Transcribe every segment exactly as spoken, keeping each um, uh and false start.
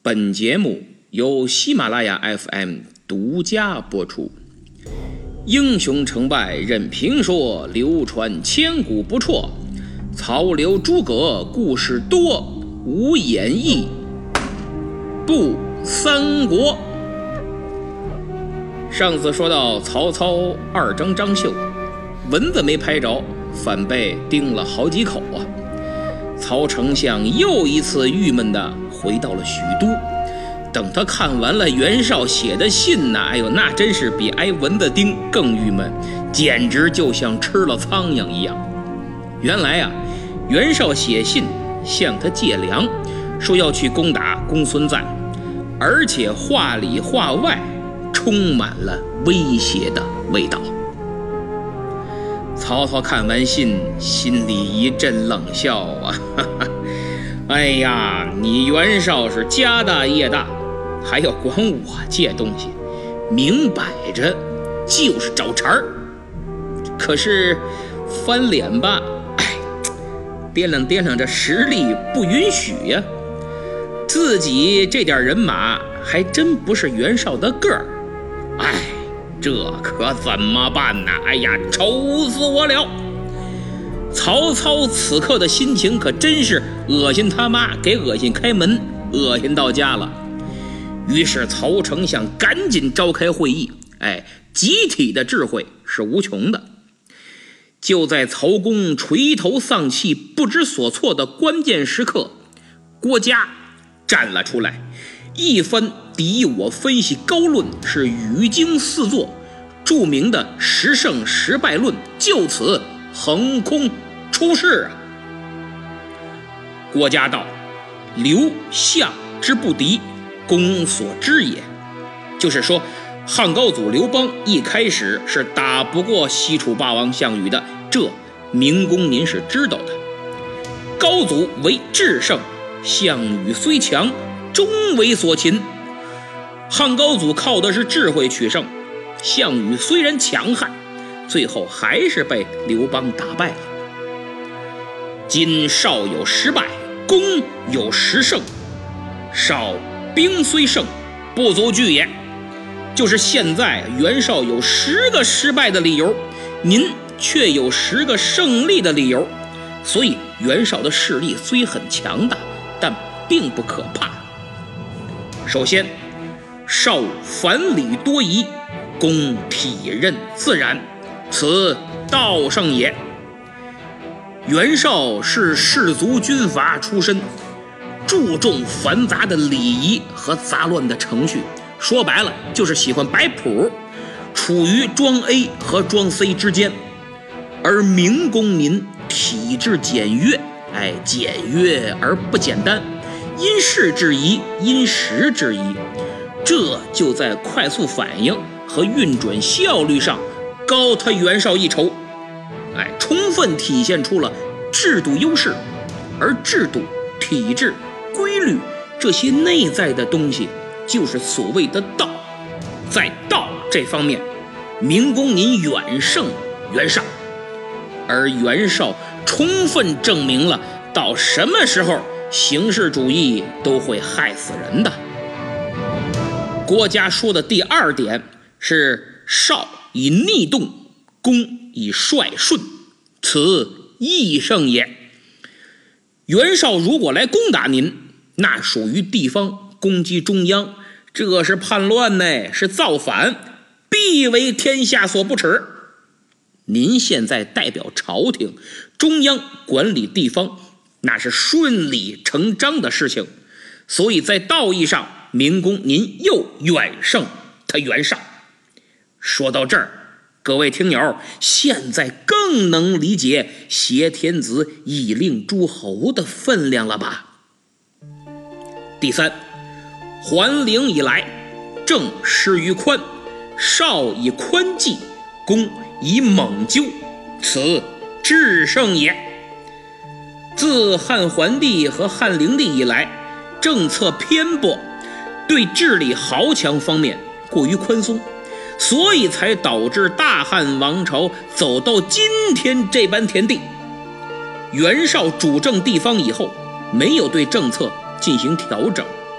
本节目由喜马拉雅 F M 独家播出。英雄成败任评说，流传千古不辍。曹刘诸葛故事多，无演义不三国。上次说到曹操二征张绣，蚊子没拍着，反被叮了好几口啊。曹丞相又一次郁闷地回到了许都。等他看完了袁绍写的信呢，哎呦，那真是比挨蚊子叮更郁闷，简直就像吃了苍蝇一样。原来啊，袁绍写信向他借粮，说要去攻打公孙瓒，而且话里话外充满了威胁的味道。曹操看完信，心里一阵冷笑啊，哈哈，哎呀，你袁绍是家大业大，还要管我借东西，明摆着就是找茬儿。可是翻脸吧，哎，掂量掂量，这实力不允许呀。自己这点人马还真不是袁绍的个儿，哎，这可怎么办呢？哎呀，愁死我了！曹操此刻的心情可真是恶心他妈给恶心开门，恶心到家了。于是曹丞相赶紧召开会议，哎，集体的智慧是无穷的。就在曹公垂头丧气不知所措的关键时刻，郭嘉站了出来，一番敌我分析高论，是语惊四座，著名的十胜十败论就此横空出世啊！郭嘉道：刘项之不敌，公所知也。就是说，汉高祖刘邦一开始是打不过西楚霸王项羽的，这明公您是知道的。高祖为智胜，项羽虽强，终为所擒。汉高祖靠的是智慧取胜，项羽虽然强悍，最后还是被刘邦打败了。今绍有十败，公有十胜，绍兵虽胜，不足惧也。就是现在袁绍有十个失败的理由，您却有十个胜利的理由，所以袁绍的势力虽很强大，但并不可怕。首先，绍反礼多疑，公体认自然，此道胜也。袁绍是士族军阀出身，注重繁杂的礼仪和杂乱的程序，说白了就是喜欢摆谱，处于装 A 和装 C 之间。而明公您体制简约，哎，简约而不简单，因事制宜，因时制宜，这就在快速反应和运转效率上高他袁绍一筹，哎，充分体现出了制度优势。而制度、体制、规律这些内在的东西，就是所谓的道。在道这方面，明公您远胜袁绍，而袁绍充分证明了到什么时候形式主义都会害死人的。郭嘉说的第二点是绍以逆动，公以率顺，此义胜也。袁绍如果来攻打您，那属于地方攻击中央，这是叛乱呢，是造反，必为天下所不齿。您现在代表朝廷，中央管理地方，那是顺理成章的事情，所以在道义上，明公您又远胜他袁绍。说到这儿，各位听友现在更能理解挟天子以令诸侯的分量了吧？第三，还陵以来，政失于宽，绍以宽济，公以猛究，此制胜也。自汉桓帝和汉灵帝以来，政策偏颇，对治理豪强方面过于宽松，所以才导致大汉王朝走到今天这般田地。袁绍主政地方以后，没有对政策进行调整，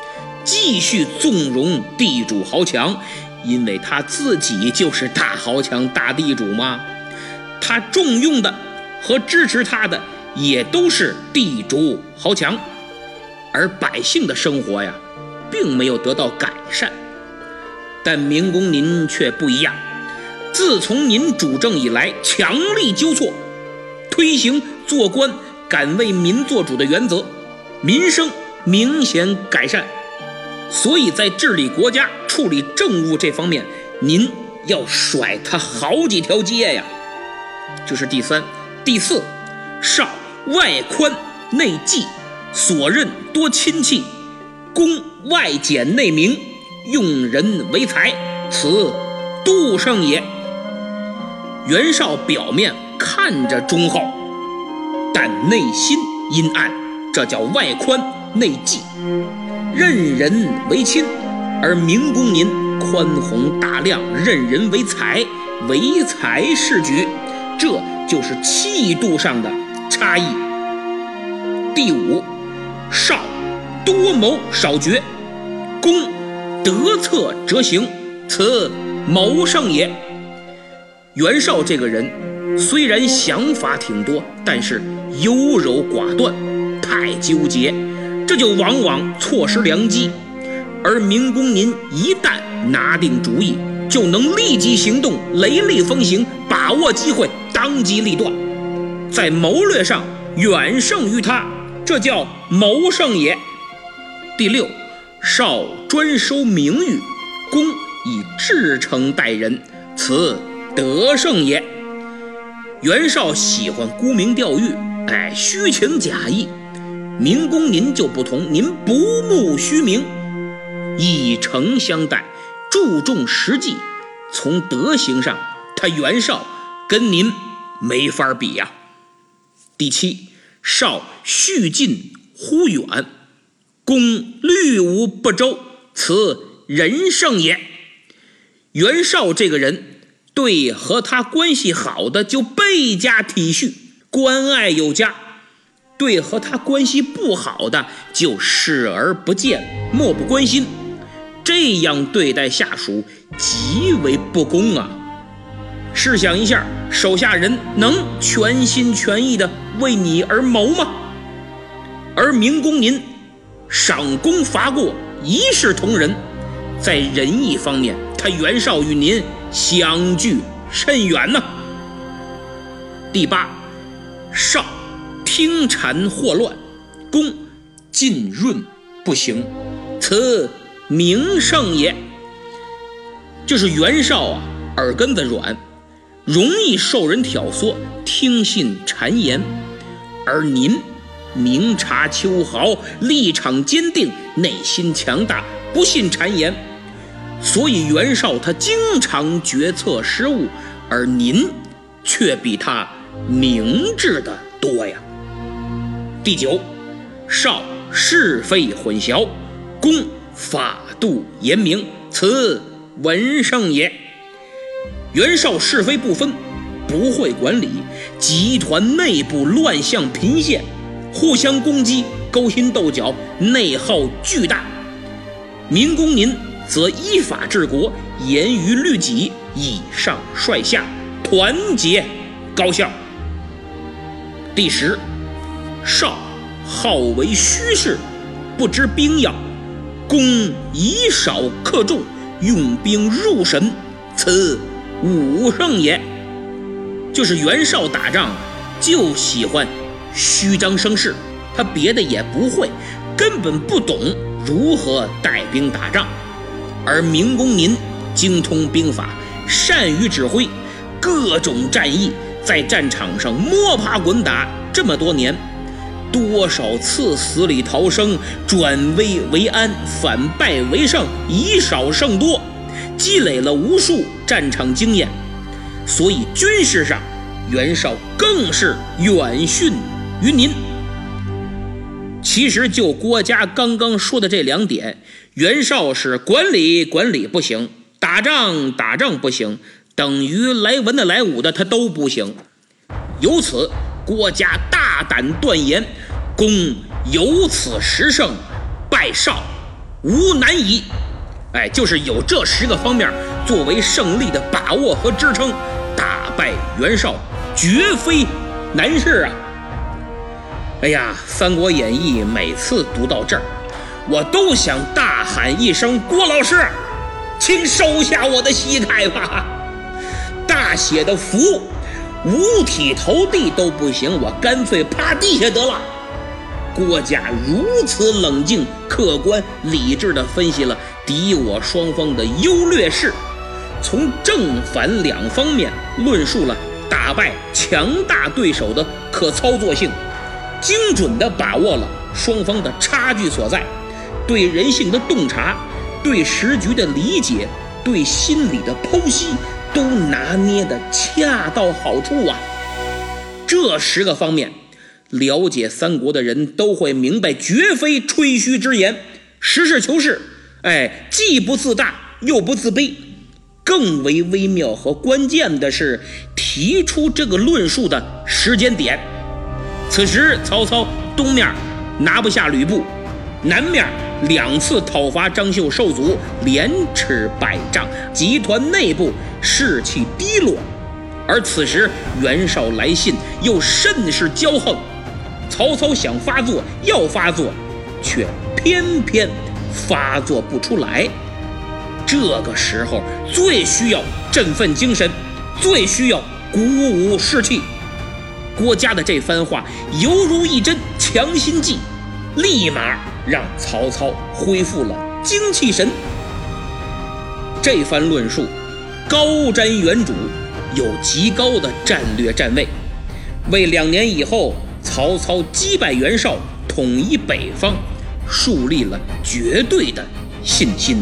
继续纵容地主豪强，因为他自己就是大豪强大地主嘛。他重用的和支持他的也都是地主豪强，而百姓的生活呀并没有得到改善。但明公您却不一样，自从您主政以来，强力纠错，推行做官敢为民做主的原则，民生明显改善。所以在治理国家处理政务这方面，您要甩他好几条街呀。这是第三。第四，少外宽内忌，所任多亲戚，公外简内明，用人为才，此度胜也。袁绍表面看着忠厚，但内心阴暗，这叫外宽内忌，任人为亲。而明公您宽宏大量，任人为才，唯才是举，这就是气度上的差异。第五，少多谋少决，公得策则行，此谋胜也。袁绍这个人虽然想法挺多，但是优柔寡断，太纠结，这就往往错失良机。而明公您一旦拿定主意，就能立即行动，雷厉风行，把握机会，当机立断，在谋略上远胜于他，这叫谋胜也。第六，少专收名誉，公以至诚待人，此得胜也。袁绍喜欢沽名钓誉，哎，虚情假意。明公您就不同，您不慕虚名，以诚相待，注重实际。从德行上，他袁绍跟您没法比呀。第七，少蓄近忽远，公虑无不周，此人胜也。袁绍这个人对和他关系好的就倍加体恤，关爱有加；对和他关系不好的就视而不见，漠不关心。这样对待下属极为不公啊！试想一下，手下人能全心全意的为你而谋吗？而明公您赏功罚过，一视同仁，在仁义方面，他袁绍与您相距甚远呢。第八，少听谗惑乱，公浸润不行，此名胜也。就是袁绍啊，耳根子软，容易受人挑唆，听信谗言。而您明察秋毫，立场坚定，内心强大，不信谗言。所以袁绍他经常决策失误，而您却比他明智的多呀。第九，少是非混淆，公法度严明，此文胜也。袁绍是非不分，不会管理，集团内部乱象频现，互相攻击，勾心斗角，内耗巨大。明公您则依法治国，严于律己，以上率下，团结高效。第十，少好为虚事，不知兵要，公以少克众，用兵入神，此武胜也。就是袁绍打仗就喜欢虚张声势，他别的也不会，根本不懂如何带兵打仗。而明公您精通兵法，善于指挥，各种战役在战场上摸爬滚打这么多年，多少次死里逃生，转危为安，反败为胜，以少胜多，积累了无数战场经验。所以军事上袁绍更是远逊于您。其实就郭嘉刚刚说的这两点，袁绍是管理管理不行，打仗打仗不行，等于来文的来武的他都不行。由此郭嘉大胆断言，公由此十胜，败绍无难矣。哎，就是有这十个方面作为胜利的把握和支撑，打败袁绍绝非难事啊。哎呀，《三国演义》每次读到这儿，我都想大喊一声：郭老师，请收下我的膝盖吧！大写的服，五体投地都不行，我干脆趴地下得了。郭嘉如此冷静、客观、理智地分析了敌我双方的优劣势，从正反两方面论述了打败强大对手的可操作性，精准地把握了双方的差距所在，对人性的洞察，对时局的理解，对心理的剖析，都拿捏得恰到好处啊。这十个方面，了解三国的人都会明白，绝非吹嘘之言，实事求是。哎，既不自大又不自卑。更为微妙和关键的是，提出这个论述的时间点。此时曹操东面拿不下吕布，南面两次讨伐张绣受阻，连吃败仗，集团内部士气低落。而此时袁绍来信又甚是骄横，曹操想发作要发作，却偏偏发作不出来。这个时候最需要振奋精神，最需要鼓舞士气。郭嘉的这番话犹如一针强心剂，立马让曹操恢复了精气神。这番论述高瞻远瞩，有极高的战略站位，为两年以后曹操击败袁绍、统一北方树立了绝对的信心呢。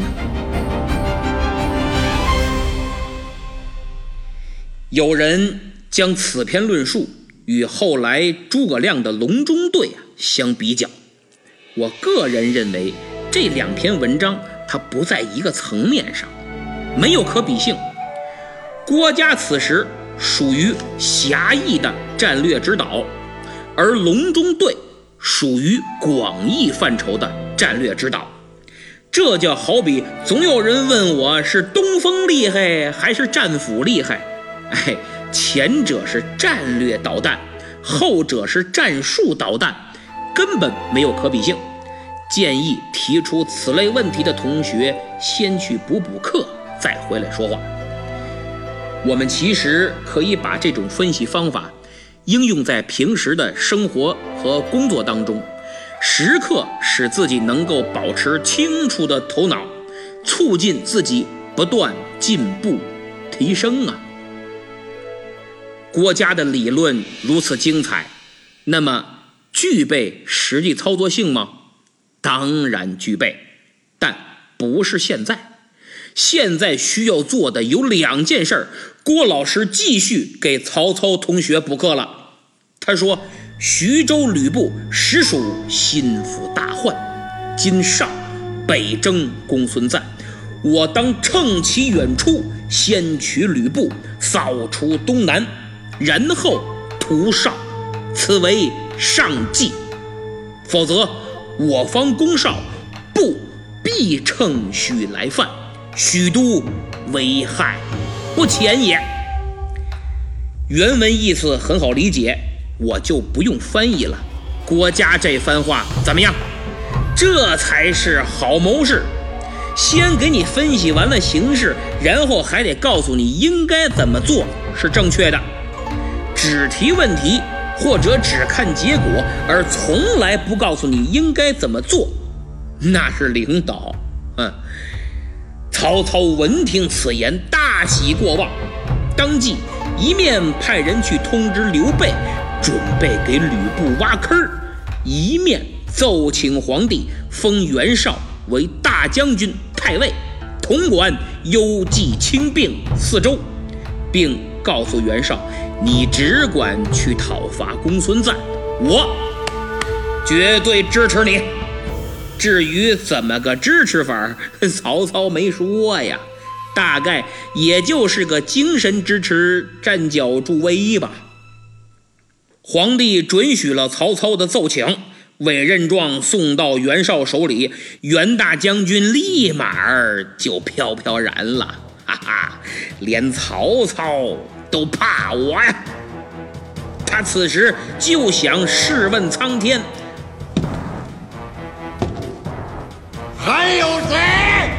有人将此篇论述与后来诸葛亮的隆中对啊相比较，我个人认为这两篇文章它不在一个层面上，没有可比性。郭嘉此时属于狭义的战略指导，而隆中对属于广义范畴的战略指导。这就好比总有人问我是东风厉害还是战斧厉害，哎，前者是战略导弹，后者是战术导弹，根本没有可比性。建议提出此类问题的同学先去补补课，再回来说话。我们其实可以把这种分析方法应用在平时的生活和工作当中，时刻使自己能够保持清楚的头脑，促进自己不断进步提升啊。郭嘉的理论如此精彩，那么具备实际操作性吗？当然具备，但不是现在。现在需要做的有两件事，郭老师继续给曹操同学补课了。他说，徐州吕布实属心腹大患，今上北征公孙瓒，我当乘其远出，先取吕布，扫除东南，然后屠绍，此为上计。否则我方攻绍，不必乘许来犯，许都危害不浅也。原文意思很好理解，我就不用翻译了。郭嘉这番话怎么样？这才是好谋士，先给你分析完了形势，然后还得告诉你应该怎么做是正确的。只提问题或者只看结果，而从来不告诉你应该怎么做，那是领导。嗯，曹操闻听此言，大喜过望，当即一面派人去通知刘备，准备给吕布挖坑，一面奏请皇帝封袁绍为大将军、太尉，统管幽冀轻并四州，并告诉袁绍，你只管去讨伐公孙瓒，我绝对支持你。至于怎么个支持法，曹操没说呀，大概也就是个精神支持，站脚助威吧。皇帝准许了曹操的奏请， 委任状送到袁绍手里，袁大将军立马就飘飘然了，哈哈，连曹操都怕我呀！他此时就想试问苍天， 还有谁？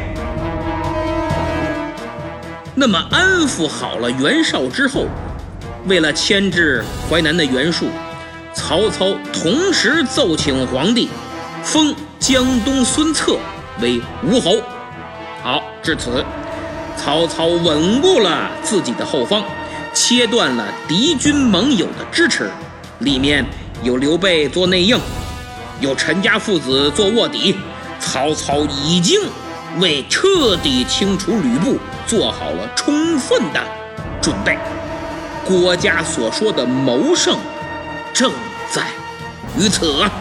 那么安抚好了袁绍之后，为了牵制淮南的袁术，曹操同时奏请皇帝封江东孙策为吴侯。好，至此曹操稳固了自己的后方，切断了敌军盟友的支持，里面有刘备做内应，有陈家父子做卧底，曹操已经为彻底清除吕布做好了充分的准备。郭嘉所说的谋胜正在于此啊！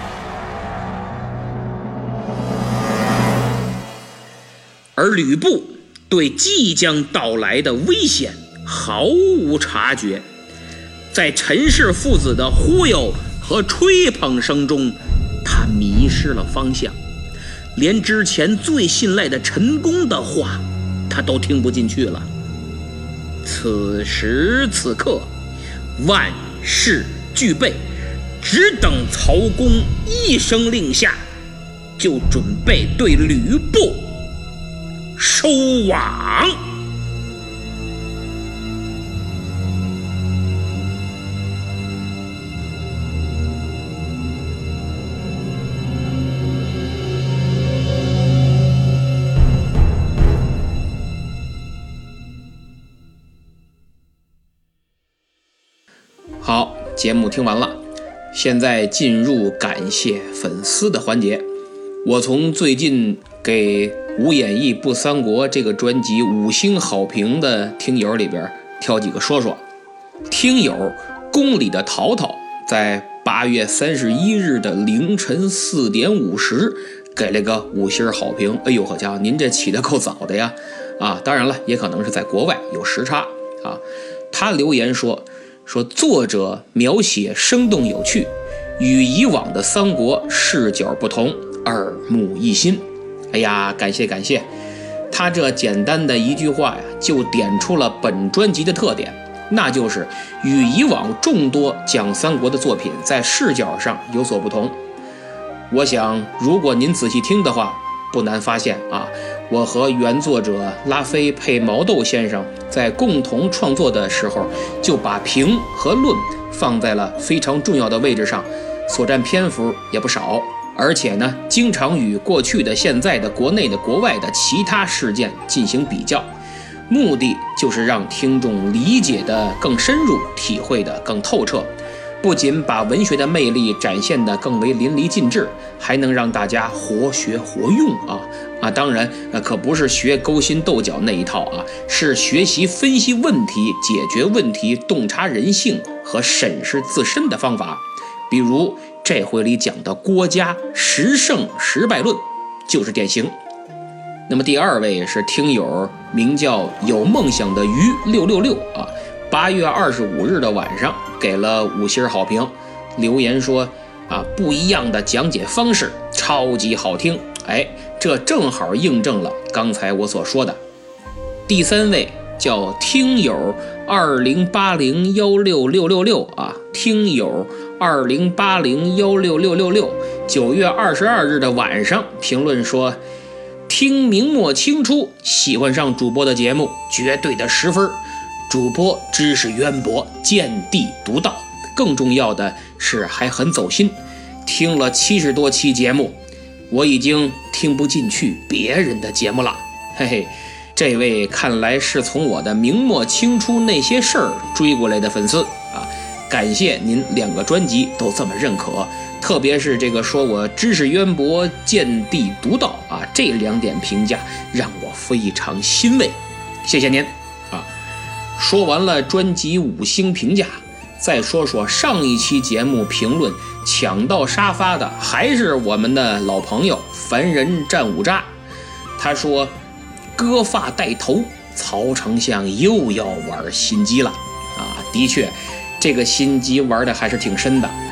而吕布对即将到来的危险毫无察觉，在陈氏父子的忽悠和吹捧声中，他迷失了方向，连之前最信赖的陈宫的话他都听不进去了。此时此刻，万事俱备，只等曹公一声令下，就准备对吕布收网。好，节目听完了，现在进入感谢粉丝的环节。我从最近给无演义不三国这个专辑五星好评的听友里边挑几个说说。听友宫里的淘淘在八月三十一日的凌晨四点五十给了个五星好评。哎呦呵家伙，您这起得够早的呀！啊，当然了，也可能是在国外有时差啊。他留言说说作者描写生动有趣，与以往的三国视角不同，耳目一新。哎呀，感谢感谢！他这简单的一句话呀，就点出了本专辑的特点，那就是与以往众多讲三国的作品在视角上有所不同。我想，如果您仔细听的话，不难发现啊，我和原作者拉菲配毛豆先生在共同创作的时候，就把评和论放在了非常重要的位置上，所占篇幅也不少，而且呢，经常与过去的、现在的、国内的、国外的其他事件进行比较，目的就是让听众理解的更深入，体会的更透彻。不仅把文学的魅力展现得更为淋漓尽致，还能让大家活学活用啊啊！当然，呃，可不是学勾心斗角那一套啊，是学习分析问题、解决问题、洞察人性和审视自身的方法。比如这回里讲的郭嘉十胜十败论就是典型。那么第二位是听友名叫有梦想的鱼六六六啊。八月二十五日的晚上给了五星好评，留言说啊，不一样的讲解方式超级好听。哎，这正好印证了刚才我所说的。第三位叫听友二零八零幺六六六六啊，听友二零八零幺六六六六，九月二十二日的晚上评论说，听明末清初，喜欢上主播的节目，绝对的十分。主播知识渊博，见地独到，更重要的是还很走心。听了七十多期节目，我已经听不进去别人的节目了。嘿嘿，这位看来是从我的明末清初那些事儿追过来的粉丝啊，感谢您两个专辑都这么认可，特别是这个说我知识渊博，见地独到啊，这两点评价让我非常欣慰，谢谢您。说完了专辑五星评价，再说说上一期节目评论抢到沙发的还是我们的老朋友凡人战五渣。他说割发带头，曹丞相又要玩心机了啊！的确，这个心机玩的还是挺深的。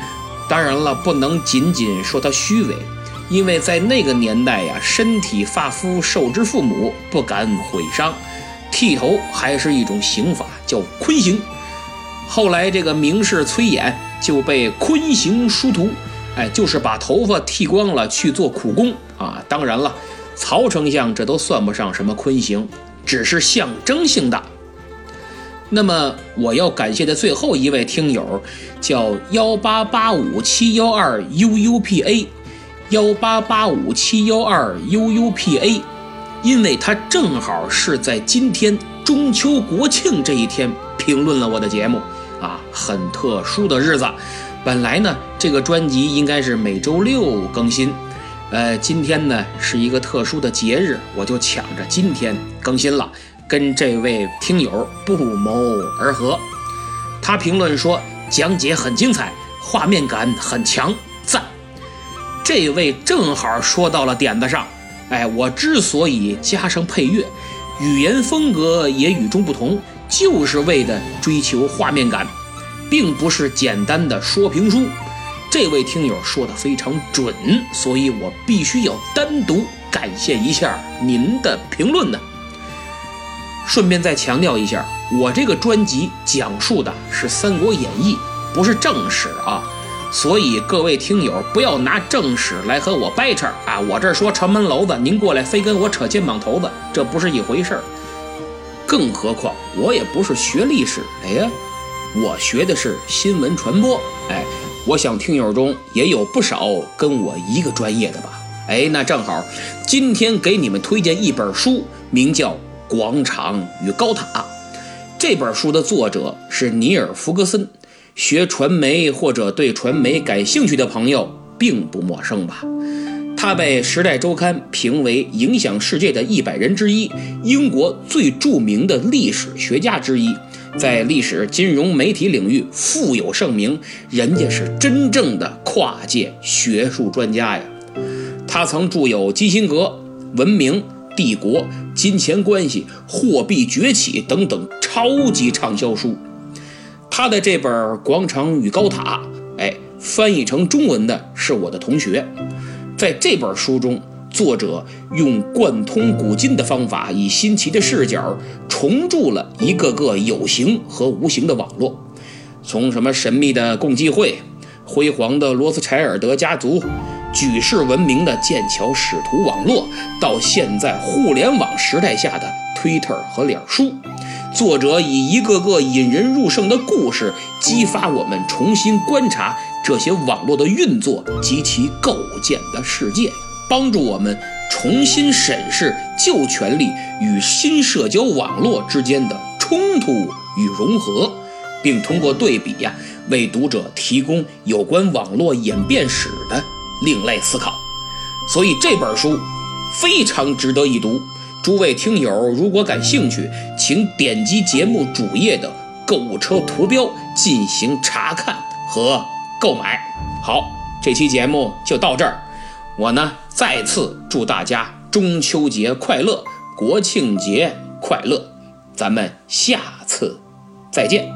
当然了，不能仅仅说他虚伪，因为在那个年代呀，身体发肤受之父母，不敢毁伤，剃头还是一种刑罚，叫坤刑。后来这个名士崔琰就被坤刑殊途，哎，就是把头发剃光了去做苦工啊。当然了，曹丞相这都算不上什么坤刑，只是象征性的。那么我要感谢的最后一位听友叫幺八八五七一二 U U P A 幺八八五七一二 U U P A， 因为他正好是在今天中秋国庆这一天评论了我的节目啊，很特殊的日子。本来呢这个专辑应该是每周六更新，呃，今天呢是一个特殊的节日，我就抢着今天更新了，跟这位听友不谋而合。他评论说讲解很精彩，画面感很强，赞。这位正好说到了点子上，哎，我之所以加上配乐，语言风格也与众不同，就是为了追求画面感，并不是简单的说评书。这位听友说的非常准，所以我必须要单独感谢一下您的评论呢。顺便再强调一下，我这个专辑讲述的是《三国演义》，不是正史啊，所以各位听友不要拿正史来和我掰扯啊！我这说城门楼子，您过来非跟我扯肩膀头子，这不是一回事儿。更何况我也不是学历史的呀，我学的是新闻传播。哎，我想听友中也有不少跟我一个专业的吧？哎，那正好，今天给你们推荐一本书，名叫《广场与高塔》。这本书的作者是尼尔·弗格森，学传媒或者对传媒感兴趣的朋友并不陌生吧。他被《时代周刊》评为影响世界的一百人之一，英国最著名的历史学家之一，在历史、金融、媒体领域富有盛名，人家是真正的跨界学术专家呀。他曾著有《基辛格》《文明》《帝国》《金钱关系》《货币崛起》等等超级畅销书。他的这本《广场与高塔》，哎，翻译成中文的是我的同学。在这本书中，作者用贯通古今的方法，以新奇的视角重铸了一个个有形和无形的网络，从什么神秘的共济会、辉煌的罗斯柴尔德家族、举世闻名的剑桥使徒网络，到现在互联网时代下的 Twitter 和脸书，作者以一个个引人入胜的故事，激发我们重新观察这些网络的运作及其构建的世界，帮助我们重新审视旧权力与新社交网络之间的冲突与融合，并通过对比呀、啊，为读者提供有关网络演变史的另类思考。所以这本书非常值得一读。诸位听友如果感兴趣，请点击节目主页的购物车图标进行查看和购买。好，这期节目就到这儿。我呢再次祝大家中秋节快乐，国庆节快乐，咱们下次再见。